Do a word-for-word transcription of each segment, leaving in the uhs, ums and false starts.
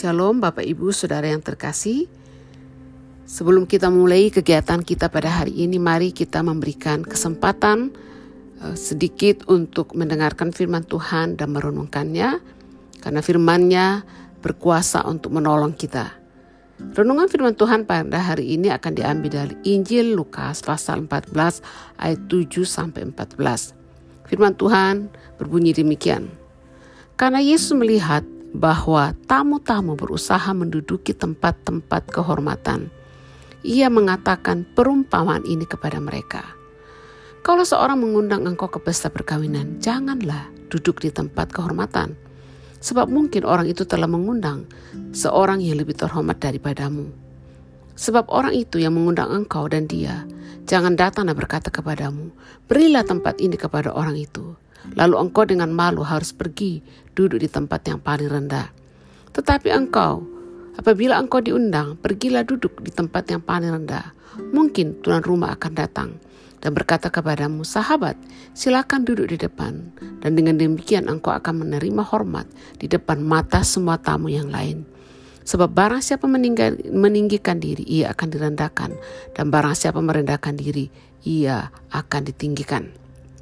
Shalom Bapak Ibu Saudara yang terkasih. Sebelum kita mulai kegiatan kita pada hari ini, mari kita memberikan kesempatan uh, sedikit untuk mendengarkan firman Tuhan dan merenungkannya, karena firman-Nya berkuasa untuk menolong kita. Renungan firman Tuhan pada hari ini akan diambil dari Injil Lukas pasal empat belas ayat tujuh sampai empat belas. Firman Tuhan berbunyi demikian. Karena Yesus melihat bahwa tamu-tamu berusaha menduduki tempat-tempat kehormatan, Ia mengatakan perumpamaan ini kepada mereka. Kalau seorang mengundang engkau ke pesta perkawinan, janganlah duduk di tempat kehormatan, sebab mungkin orang itu telah mengundang seorang yang lebih terhormat daripadamu. Sebab orang itu yang mengundang engkau dan dia, jangan datang dan berkata kepadamu, berilah tempat ini kepada orang itu. Lalu engkau dengan malu harus pergi duduk di tempat yang paling rendah. Tetapi engkau, apabila engkau diundang, pergilah duduk di tempat yang paling rendah. Mungkin tuan rumah akan datang dan berkata kepadamu, sahabat, silakan duduk di depan. Dan dengan demikian engkau akan menerima hormat di depan mata semua tamu yang lain. Sebab barang siapa meninggikan diri, ia akan direndahkan. Dan barang siapa merendahkan diri, ia akan ditinggikan.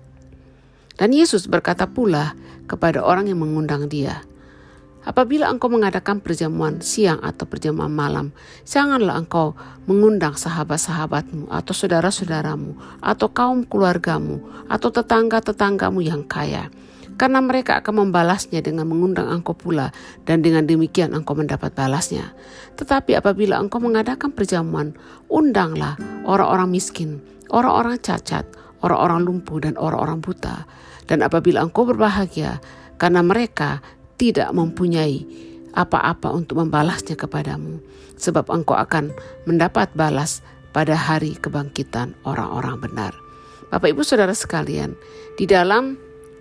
Dan Yesus berkata pula kepada orang yang mengundang dia, apabila engkau mengadakan perjamuan siang atau perjamuan malam, janganlah engkau mengundang sahabat-sahabatmu atau saudara-saudaramu atau kaum keluargamu atau tetangga-tetanggamu yang kaya, karena mereka akan membalasnya dengan mengundang engkau pula, dan dengan demikian engkau mendapat balasnya. Tetapi apabila engkau mengadakan perjamuan, undanglah orang-orang miskin, orang-orang cacat, orang-orang lumpuh dan orang-orang buta. Dan apabila engkau berbahagia, karena mereka tidak mempunyai apa-apa untuk membalasnya kepadamu, sebab engkau akan mendapat balas pada hari kebangkitan orang-orang benar. Bapak Ibu Saudara sekalian, di dalam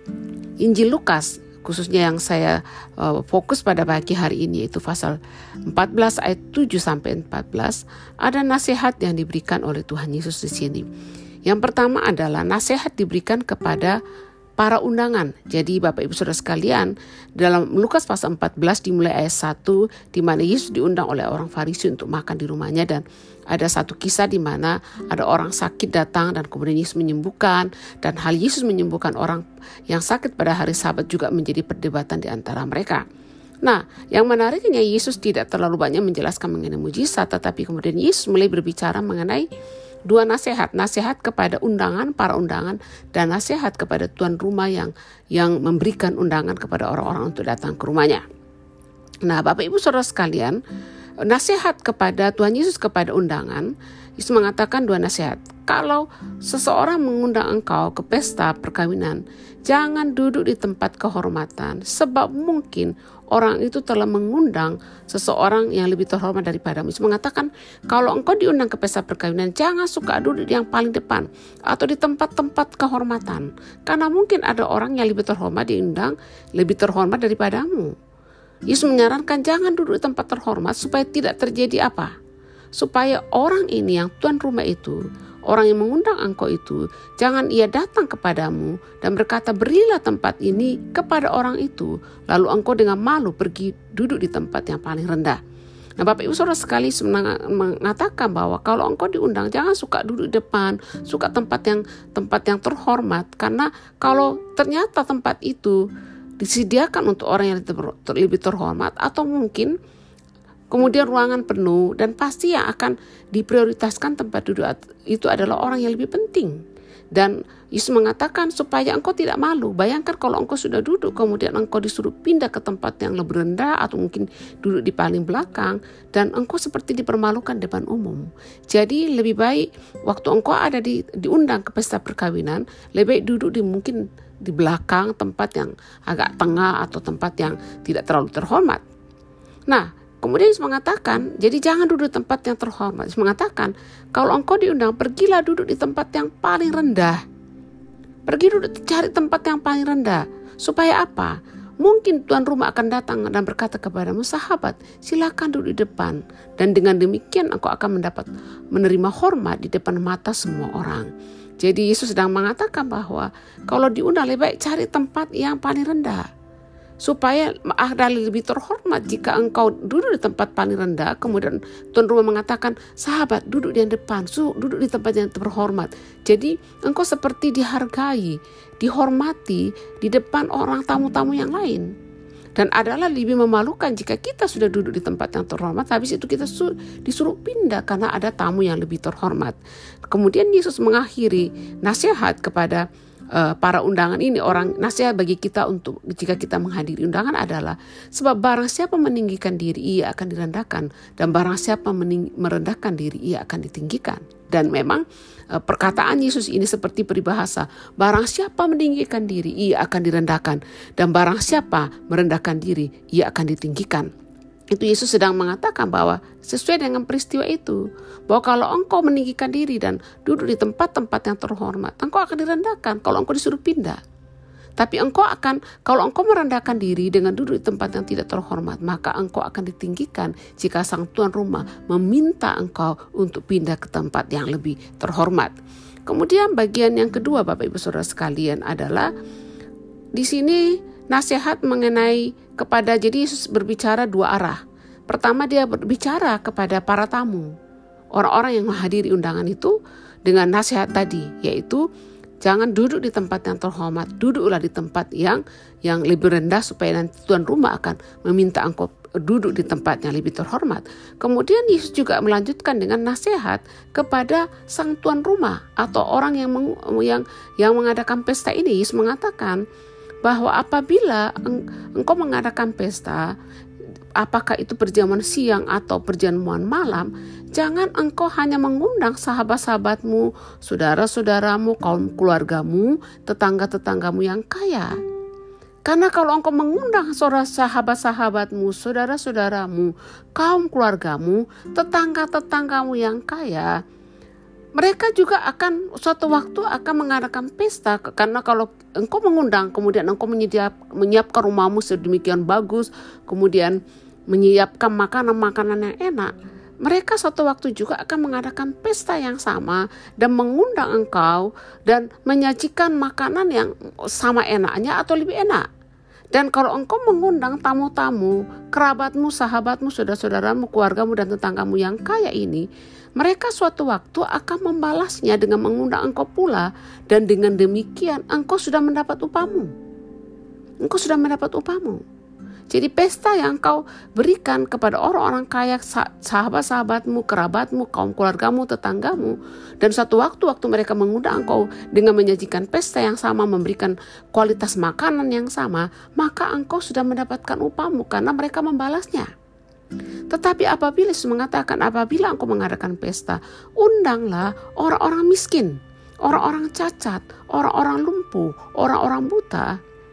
Injil Lukas, khususnya yang saya uh, fokus pada pagi hari ini, yaitu pasal empat belas ayat tujuh sampai empat belas, ada nasihat yang diberikan oleh Tuhan Yesus di sini. Yang pertama adalah nasihat diberikan kepada para undangan. Jadi Bapak Ibu Saudara sekalian, dalam Lukas pasal empat belas dimulai ayat satu, di mana Yesus diundang oleh orang Farisi untuk makan di rumahnya, dan ada satu kisah di mana ada orang sakit datang dan kemudian Yesus menyembuhkan, dan hal Yesus menyembuhkan orang yang sakit pada hari Sabat juga menjadi perdebatan di antara mereka. Nah, yang menariknya Yesus tidak terlalu banyak menjelaskan mengenai mujizat, tetapi kemudian Yesus mulai berbicara mengenai dua nasihat, nasihat kepada undangan, para undangan, dan nasihat kepada tuan rumah yang yang memberikan undangan kepada orang-orang untuk datang ke rumahnya. Nah, Bapak Ibu Saudara sekalian, nasihat kepada Tuhan Yesus kepada undangan, Yesus mengatakan dua nasihat. Kalau seseorang mengundang engkau ke pesta perkawinan, jangan duduk di tempat kehormatan, sebab mungkin orang itu telah mengundang seseorang yang lebih terhormat daripadamu. Yesus mengatakan, kalau engkau diundang ke pesta perkawinan, jangan suka duduk di yang paling depan atau di tempat-tempat kehormatan, karena mungkin ada orang yang lebih terhormat diundang, lebih terhormat daripadamu. Yesus menyarankan jangan duduk di tempat terhormat supaya tidak terjadi apa? Supaya orang ini yang tuan rumah itu, orang yang mengundang engkau itu, jangan ia datang kepadamu dan berkata berilah tempat ini kepada orang itu, lalu engkau dengan malu pergi duduk di tempat yang paling rendah. Nah, Bapak Ibu Saudara sekali mengatakan bahwa kalau engkau diundang jangan suka duduk di depan, suka tempat yang tempat yang terhormat, karena kalau ternyata tempat itu disediakan untuk orang yang lebih terhormat, atau mungkin kemudian ruangan penuh, dan pasti yang akan diprioritaskan tempat duduk itu adalah orang yang lebih penting. Dan Yesus mengatakan supaya engkau tidak malu. Bayangkan kalau engkau sudah duduk, kemudian engkau disuruh pindah ke tempat yang lebih rendah, atau mungkin duduk di paling belakang, dan engkau seperti dipermalukan depan umum. Jadi lebih baik waktu engkau ada di, diundang ke pesta perkawinan, lebih baik duduk di mungkin di belakang, tempat yang agak tengah atau tempat yang tidak terlalu terhormat. Nah, kemudian Yesus mengatakan, jadi jangan duduk di tempat yang terhormat. Yesus mengatakan, kalau engkau diundang, pergilah duduk di tempat yang paling rendah. Pergi duduk, cari tempat yang paling rendah. Supaya apa? Mungkin tuan rumah akan datang dan berkata kepadamu, sahabat, silakan duduk di depan. Dan dengan demikian engkau akan mendapat menerima hormat di depan mata semua orang. Jadi Yesus sedang mengatakan bahwa kalau diundang lebih baik cari tempat yang paling rendah. supaya ada lebih terhormat jika engkau duduk di tempat paling rendah, kemudian tuan rumah mengatakan, sahabat duduk di yang depan, su, duduk di tempat yang terhormat. Jadi engkau seperti dihargai, dihormati di depan orang tamu-tamu yang lain. Dan adalah lebih memalukan jika kita sudah duduk di tempat yang terhormat, habis itu kita su- disuruh pindah karena ada tamu yang lebih terhormat. Kemudian Yesus mengakhiri nasihat kepada uh, para undangan ini, orang nasihat bagi kita untuk jika kita menghadiri undangan adalah, sebab barang siapa meninggikan diri ia akan direndahkan, dan barang siapa mening- merendahkan diri ia akan ditinggikan. Dan memang uh, perkataan Yesus ini seperti peribahasa, barang siapa meninggikan diri ia akan direndahkan, dan barang siapa merendahkan diri ia akan ditinggikan. Itu Yesus sedang mengatakan bahwa sesuai dengan peristiwa itu, bahwa kalau engkau meninggikan diri dan duduk di tempat-tempat yang terhormat, engkau akan direndahkan kalau engkau disuruh pindah. Tapi engkau akan, kalau engkau merendahkan diri dengan duduk di tempat yang tidak terhormat, maka engkau akan ditinggikan jika sang tuan rumah meminta engkau untuk pindah ke tempat yang lebih terhormat. Kemudian bagian yang kedua, Bapak Ibu Saudara sekalian, adalah di sini nasihat mengenai kepada, jadi Yesus berbicara dua arah. Pertama, dia berbicara kepada para tamu, orang-orang yang menghadiri undangan itu, dengan nasihat tadi, yaitu jangan duduk di tempat yang terhormat, duduklah di tempat yang yang lebih rendah supaya nanti tuan rumah akan meminta engkau duduk di tempat yang lebih terhormat. Kemudian Yesus juga melanjutkan dengan nasihat kepada sang tuan rumah atau orang yang meng, yang yang mengadakan pesta ini. Yesus mengatakan bahwa apabila eng, engkau mengadakan pesta, apakah itu perjamuan siang atau perjamuan malam, jangan engkau hanya mengundang sahabat-sahabatmu, saudara-saudaramu, kaum keluargamu, tetangga-tetanggamu yang kaya. Karena kalau engkau mengundang sahabat-sahabatmu, saudara-saudaramu, kaum keluargamu, tetangga-tetanggamu yang kaya, mereka juga akan suatu waktu akan mengadakan pesta. Karena kalau engkau mengundang, kemudian engkau menyiap, menyiapkan rumahmu sedemikian bagus, kemudian menyiapkan makanan-makanan yang enak, mereka suatu waktu juga akan mengadakan pesta yang sama dan mengundang engkau dan menyajikan makanan yang sama enaknya atau lebih enak. Dan kalau engkau mengundang tamu-tamu, kerabatmu, sahabatmu, saudara-saudaramu, keluargamu dan tetanggamu yang kaya ini, mereka suatu waktu akan membalasnya dengan mengundang engkau pula, dan dengan demikian engkau sudah mendapat upahmu. Engkau sudah mendapat upahmu. Jadi pesta yang kau berikan kepada orang-orang kaya, sahabat-sahabatmu, kerabatmu, kaum keluargamu, tetanggamu, dan suatu waktu waktu mereka mengundang engkau dengan menyajikan pesta yang sama, memberikan kualitas makanan yang sama, maka engkau sudah mendapatkan upahmu karena mereka membalasnya. Tetapi apabila Yesus mengatakan, apabila engkau mengadakan pesta, undanglah orang-orang miskin, orang-orang cacat, orang-orang lumpuh, orang-orang buta.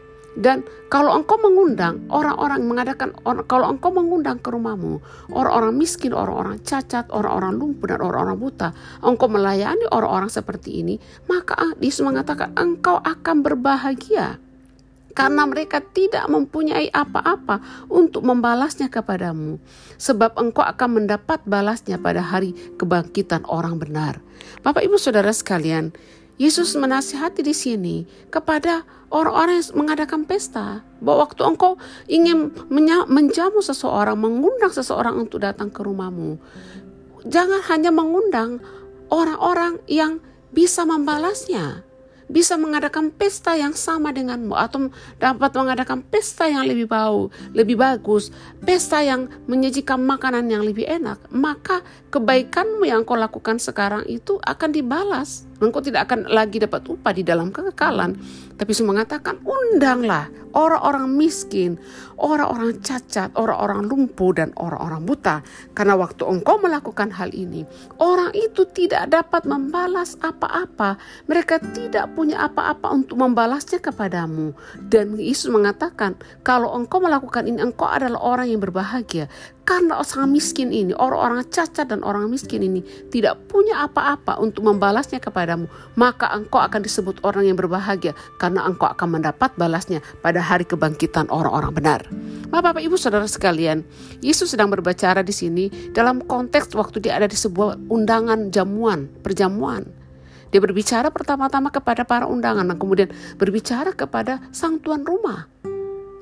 Dan kalau engkau mengundang orang-orang mengadakan, kalau engkau mengundang ke rumahmu orang-orang miskin, orang-orang cacat, orang-orang lumpuh dan orang-orang buta, engkau melayani orang-orang seperti ini, maka Yesus mengatakan engkau akan berbahagia. Karena mereka tidak mempunyai apa-apa untuk membalasnya kepadamu. Sebab engkau akan mendapat balasnya pada hari kebangkitan orang benar. Bapak Ibu Saudara sekalian, Yesus menasihati di sini kepada orang-orang yang mengadakan pesta, bahwa waktu engkau ingin menjamu seseorang, mengundang seseorang untuk datang ke rumahmu, jangan hanya mengundang orang-orang yang bisa membalasnya, bisa mengadakan pesta yang sama denganmu, atau dapat mengadakan pesta yang lebih bau, lebih bagus, pesta yang menyajikan makanan yang lebih enak, maka kebaikanmu yang kau lakukan sekarang itu akan dibalas. Engkau tidak akan lagi dapat upah di dalam kekekalan. Tapi Yesus mengatakan, undanglah orang-orang miskin, orang-orang cacat, orang-orang lumpuh dan orang-orang buta. Karena waktu engkau melakukan hal ini, orang itu tidak dapat membalas apa-apa. Mereka tidak punya apa-apa untuk membalasnya kepadamu. Dan Yesus mengatakan, kalau engkau melakukan ini, engkau adalah orang yang berbahagia. Karena orang miskin ini, orang-orang cacat dan orang miskin ini tidak punya apa-apa untuk membalasnya kepadamu, maka engkau akan disebut orang yang berbahagia karena engkau akan mendapat balasnya pada hari kebangkitan orang-orang benar. Bapak Ibu Saudara sekalian, Yesus sedang berbicara di sini dalam konteks waktu dia ada di sebuah undangan jamuan, perjamuan. Dia berbicara pertama-tama kepada para undangan dan kemudian berbicara kepada sang tuan rumah.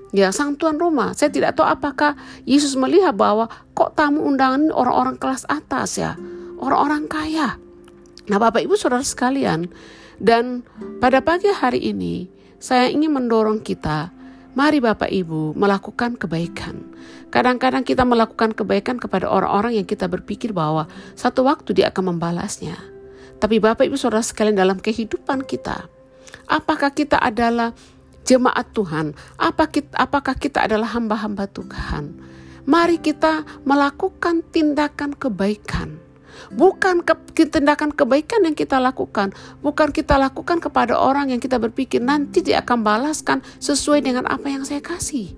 Ya, sang tuan rumah. Saya tidak tahu apakah Yesus melihat bahwa kok tamu undangan ini orang-orang kelas atas ya, orang-orang kaya. Nah, Bapak Ibu Saudara sekalian, dan pada pagi hari ini saya ingin mendorong kita, mari Bapak Ibu melakukan kebaikan. Kadang-kadang kita melakukan kebaikan kepada orang-orang yang kita berpikir bahwa satu waktu dia akan membalasnya. Tapi Bapak Ibu Saudara sekalian, dalam kehidupan kita, apakah kita adalah jemaat Tuhan? Apakah kita adalah hamba-hamba Tuhan? Mari kita melakukan tindakan kebaikan. Bukan ke, tindakan kebaikan yang kita lakukan, bukan kita lakukan kepada orang yang kita berpikir nanti dia akan balaskan sesuai dengan apa yang saya kasih.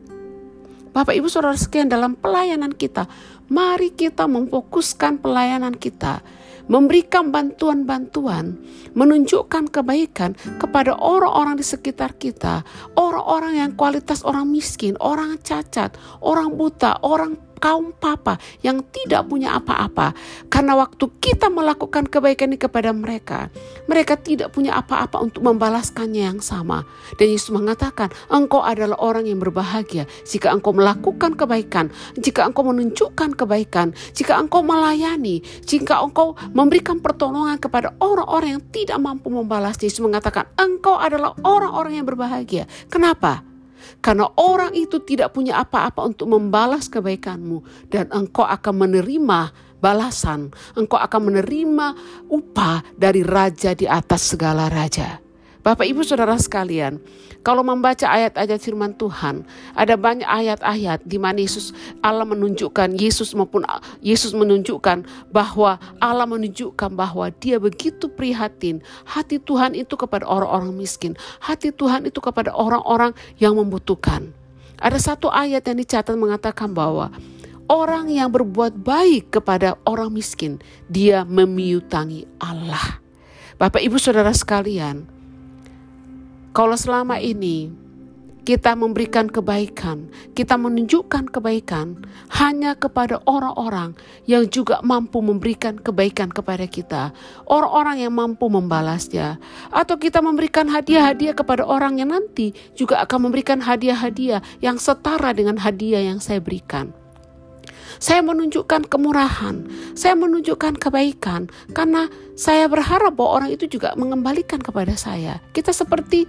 Bapak Ibu Saudara sekalian, dalam pelayanan kita, mari kita memfokuskan pelayanan kita, memberikan bantuan-bantuan, menunjukkan kebaikan kepada orang-orang di sekitar kita, orang-orang yang kualitas orang miskin, orang cacat, orang buta, orang kaum papa yang tidak punya apa-apa. Karena waktu kita melakukan kebaikan ini kepada mereka, mereka tidak punya apa-apa untuk membalaskannya yang sama. Dan Yesus mengatakan, engkau adalah orang yang berbahagia jika engkau melakukan kebaikan, jika engkau menunjukkan kebaikan, jika engkau melayani, jika engkau memberikan pertolongan kepada orang-orang yang tidak mampu membalasnya. Yesus mengatakan, engkau adalah orang-orang yang berbahagia. Kenapa? Karena orang itu tidak punya apa-apa untuk membalas kebaikanmu, dan engkau akan menerima balasan, engkau akan menerima upah dari Raja di atas segala raja. Bapak Ibu Saudara sekalian, kalau membaca ayat-ayat firman Tuhan, ada banyak ayat-ayat di mana Yesus Allah menunjukkan Yesus maupun Yesus menunjukkan bahwa Allah menunjukkan bahwa Dia begitu prihatin. Hati Tuhan itu kepada orang-orang miskin, hati Tuhan itu kepada orang-orang yang membutuhkan. Ada satu ayat yang dicatat mengatakan bahwa orang yang berbuat baik kepada orang miskin, dia memiutangi Allah. Bapak Ibu Saudara sekalian, kalau selama ini kita memberikan kebaikan, kita menunjukkan kebaikan hanya kepada orang-orang yang juga mampu memberikan kebaikan kepada kita, orang-orang yang mampu membalasnya, atau kita memberikan hadiah-hadiah kepada orang yang nanti juga akan memberikan hadiah-hadiah yang setara dengan hadiah yang saya berikan. Saya menunjukkan kemurahan, saya menunjukkan kebaikan, karena saya berharap bahwa orang itu juga mengembalikan kepada saya. Kita seperti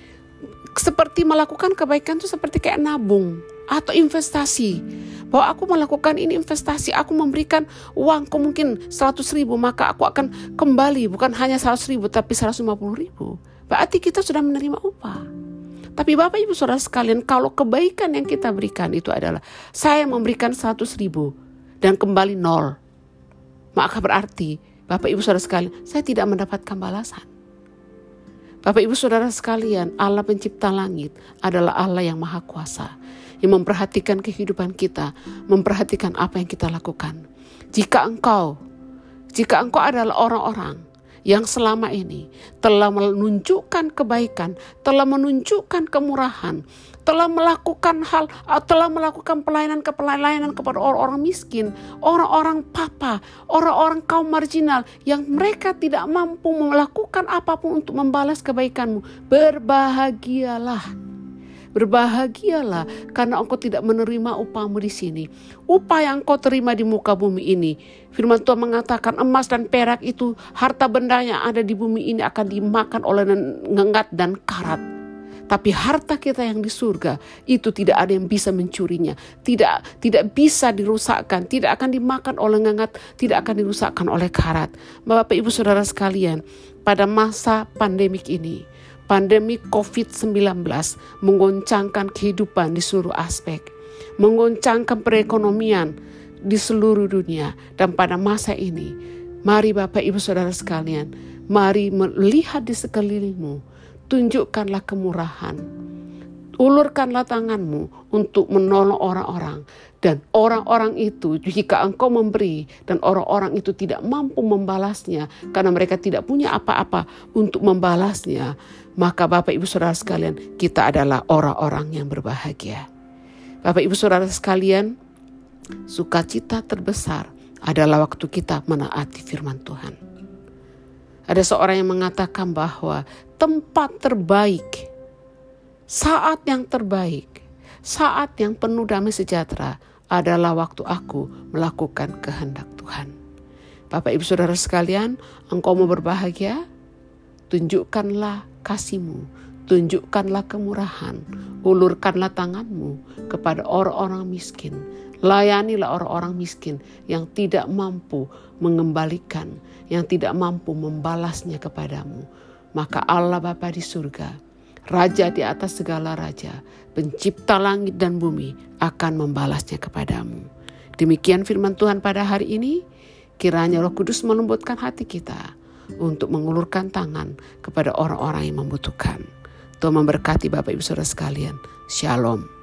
seperti melakukan kebaikan itu seperti kayak nabung atau investasi. Bahwa aku melakukan ini investasi, aku memberikan uangku mungkin seratus ribu, maka aku akan kembali bukan hanya seratus ribu tapi seratus lima puluh ribu. Berarti kita sudah menerima upah. Tapi Bapak Ibu Saudara sekalian, kalau kebaikan yang kita berikan itu adalah saya memberikan seratus ribu dan kembali nol, maka berarti Bapak Ibu Saudara sekalian, saya tidak mendapatkan balasan. Bapak Ibu Saudara sekalian, Allah pencipta langit adalah Allah yang maha kuasa, yang memperhatikan kehidupan kita, memperhatikan apa yang kita lakukan. Jika engkau, jika engkau adalah orang-orang yang selama ini telah menunjukkan kebaikan, telah menunjukkan kemurahan, telah melakukan hal, telah melakukan pelayanan-pelayanan kepada orang-orang miskin, orang-orang papa, orang-orang kaum marginal yang mereka tidak mampu melakukan apapun untuk membalas kebaikanmu, berbahagialah. Berbahagialah karena engkau tidak menerima upahmu di sini. Upah yang engkau terima di muka bumi ini. Firman Tuhan mengatakan emas dan perak itu, harta benda yang ada di bumi ini akan dimakan oleh ngengat dan karat. Tapi harta kita yang di surga itu tidak ada yang bisa mencurinya. Tidak tidak bisa dirusakkan, tidak akan dimakan oleh ngengat, tidak akan dirusakkan oleh karat. Bapak Ibu Saudara sekalian, pada masa pandemik ini, pandemi covid sembilan belas menggoncangkan kehidupan di seluruh aspek, menggoncangkan perekonomian di seluruh dunia. Dan pada masa ini, mari Bapak Ibu Saudara sekalian, mari melihat di sekelilingmu, tunjukkanlah kemurahan, ulurkanlah tanganmu untuk menolong orang-orang. Dan orang-orang itu, jika engkau memberi dan orang-orang itu tidak mampu membalasnya karena mereka tidak punya apa-apa untuk membalasnya, maka Bapak Ibu Saudara sekalian, kita adalah orang-orang yang berbahagia. Bapak Ibu Saudara sekalian, sukacita terbesar adalah waktu kita menaati firman Tuhan. Ada seorang yang mengatakan bahwa tempat terbaik, saat yang terbaik, saat yang penuh damai sejahtera adalah waktu aku melakukan kehendak Tuhan. Bapak Ibu Saudara sekalian, engkau mau berbahagia? Tunjukkanlah kasih-Mu, tunjukkanlah kemurahan, ulurkanlah tanganmu kepada orang-orang miskin. Layanilah orang-orang miskin yang tidak mampu mengembalikan, yang tidak mampu membalasnya kepadamu. Maka Allah Bapa di surga, Raja di atas segala raja, pencipta langit dan bumi, akan membalasnya kepadamu. Demikian firman Tuhan pada hari ini. Kiranya Roh Kudus melembutkan hati kita untuk mengulurkan tangan kepada orang-orang yang membutuhkan. Tuhan memberkati Bapak Ibu Saudara sekalian. Shalom.